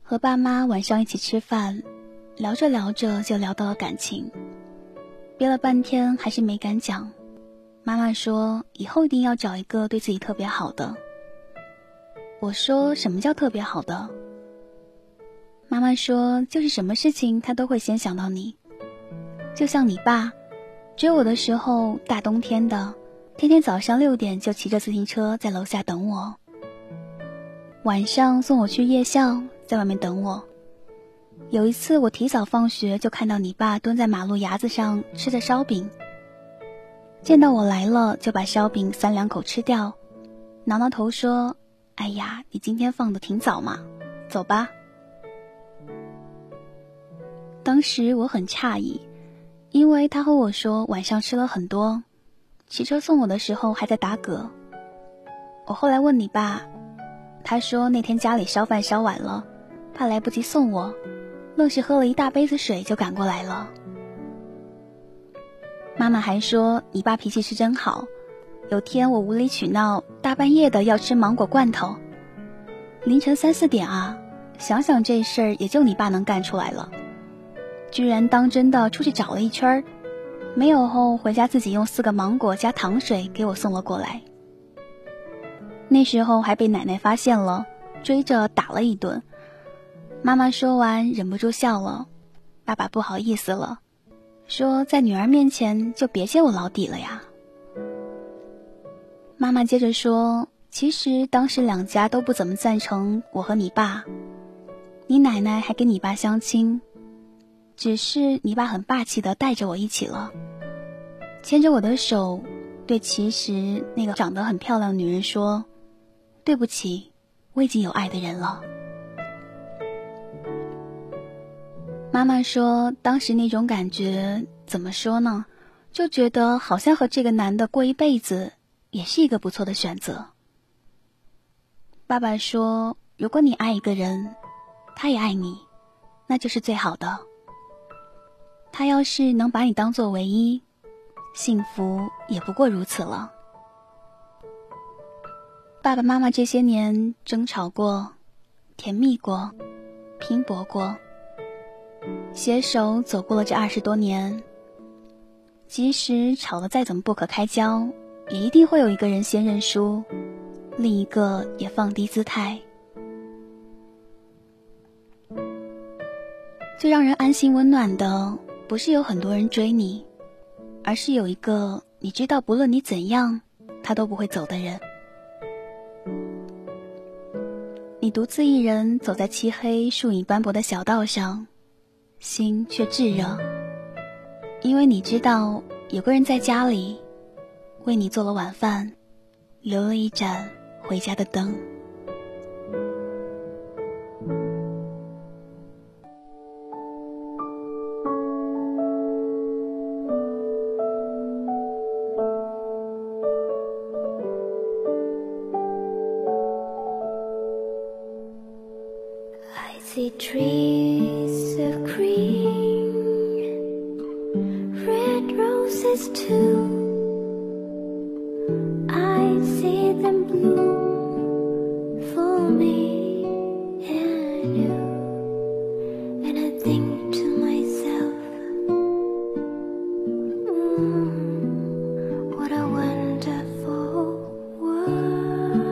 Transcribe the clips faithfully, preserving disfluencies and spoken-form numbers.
和爸妈晚上一起吃饭，聊着聊着就聊到了感情，憋了半天还是没敢讲。妈妈说以后一定要找一个对自己特别好的。我说什么叫特别好的？妈妈说就是什么事情她都会先想到你，就像你爸追我的时候，大冬天的，天天早上六点就骑着自行车在楼下等我，晚上送我去夜校，在外面等我。有一次我提早放学，就看到你爸蹲在马路牙子上吃着烧饼，见到我来了就把烧饼三两口吃掉，挠挠头说，哎呀，你今天放得挺早嘛，走吧。当时我很诧异，因为他和我说晚上吃了很多，骑车送我的时候还在打嗝。我后来问你爸，他说那天家里烧饭烧晚了，怕来不及送我，愣是喝了一大杯子水就赶过来了。妈妈还说你爸脾气是真好，有天我无理取闹，大半夜的要吃芒果罐头，凌晨三四点啊，想想这事儿也就你爸能干出来了，居然当真的出去找了一圈，没有后回家自己用四个芒果加糖水给我送了过来。那时候还被奶奶发现了，追着打了一顿。妈妈说完忍不住笑了，爸爸不好意思了，说在女儿面前就别揭我老底了呀。妈妈接着说，其实当时两家都不怎么赞成我和你爸，你奶奶还跟你爸相亲，只是你爸很霸气地带着我一起了，牵着我的手，对其实那个长得很漂亮的女人说，对不起，我已经有爱的人了。妈妈说当时那种感觉怎么说呢，就觉得好像和这个男的过一辈子也是一个不错的选择。爸爸说如果你爱一个人，他也爱你，那就是最好的。他要是能把你当作唯一，幸福也不过如此了。爸爸妈妈这些年争吵过，甜蜜过，拼搏过，携手走过了这二十多年，即使吵得再怎么不可开交，也一定会有一个人先认输，另一个也放低姿态。最让人安心温暖的，不是有很多人追你，而是有一个你知道不论你怎样，他都不会走的人。你独自一人走在漆黑树影斑驳的小道上，心却炙热，因为你知道有个人在家里为你做了晚饭，留了一盏回家的灯。 I see trees of green, red roses too. I see them bloom for me and you. And I think to myself, mm, what a wonderful world.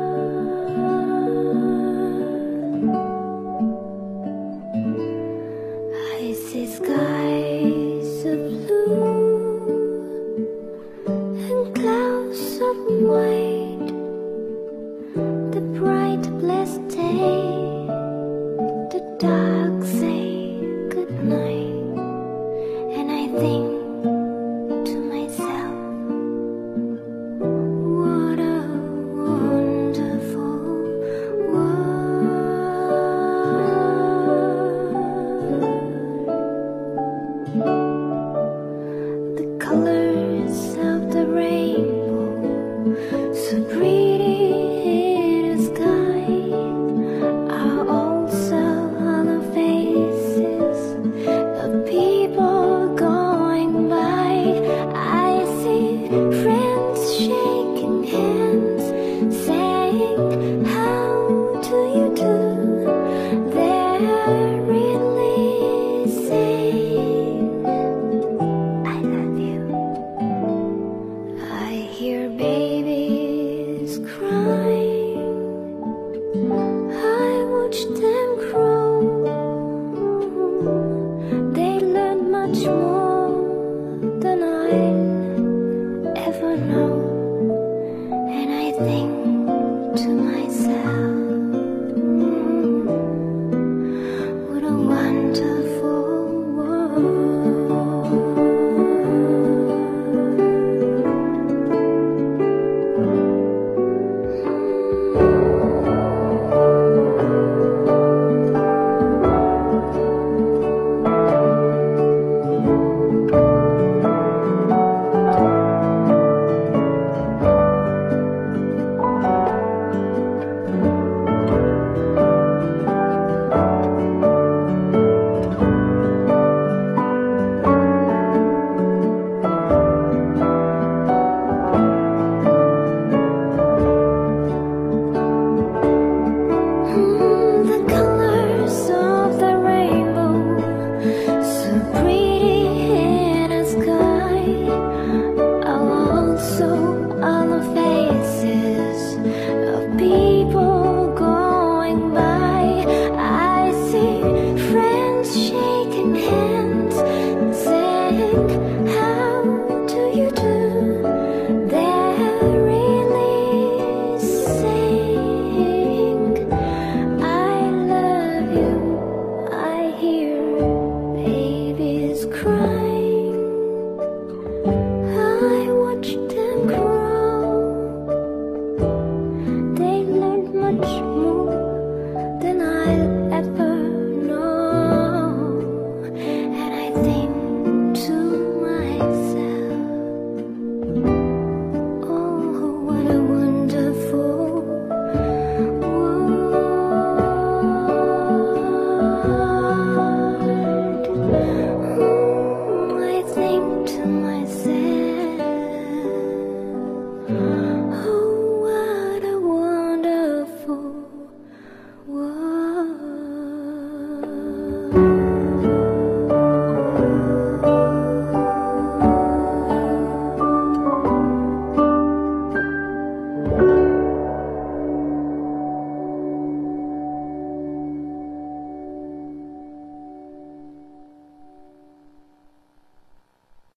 I see skies of blue and clouds of white, the bright blessed day, the dark say goodnight. And I think to myself, what a wonderful world. The colors of the rainbow, so pretty in the sky, are also all of watch them